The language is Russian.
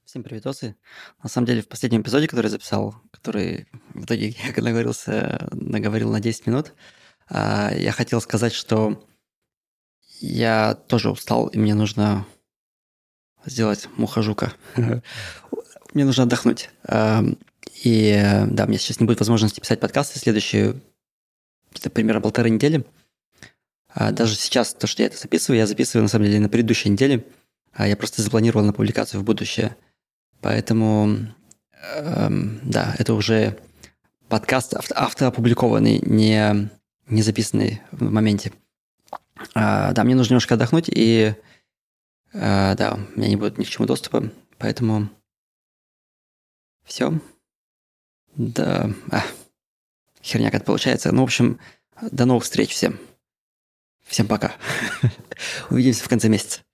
Всем приветосы. На самом деле, в последнем эпизоде, который я записал, который в итоге я наговорил на 10 минут, я хотел сказать, что я тоже устал, и мне нужно сделать муха-жука. Мне нужно отдохнуть. И да, мне сейчас не будет возможности писать подкасты следующие где-то примерно 1,5 недели. Даже сейчас, то, что я это записываю, я записываю, на самом деле, на предыдущей неделе. Я просто запланировал на публикацию в будущее. Поэтому, да, это уже подкаст автоопубликованный, не записанный в моменте. Да, мне нужно немножко отдохнуть, и да, у меня не будет ни к чему доступа, поэтому все. Да, херня как-то получается. Ну, в общем, до новых встреч всем. Всем пока. Увидимся в конце месяца.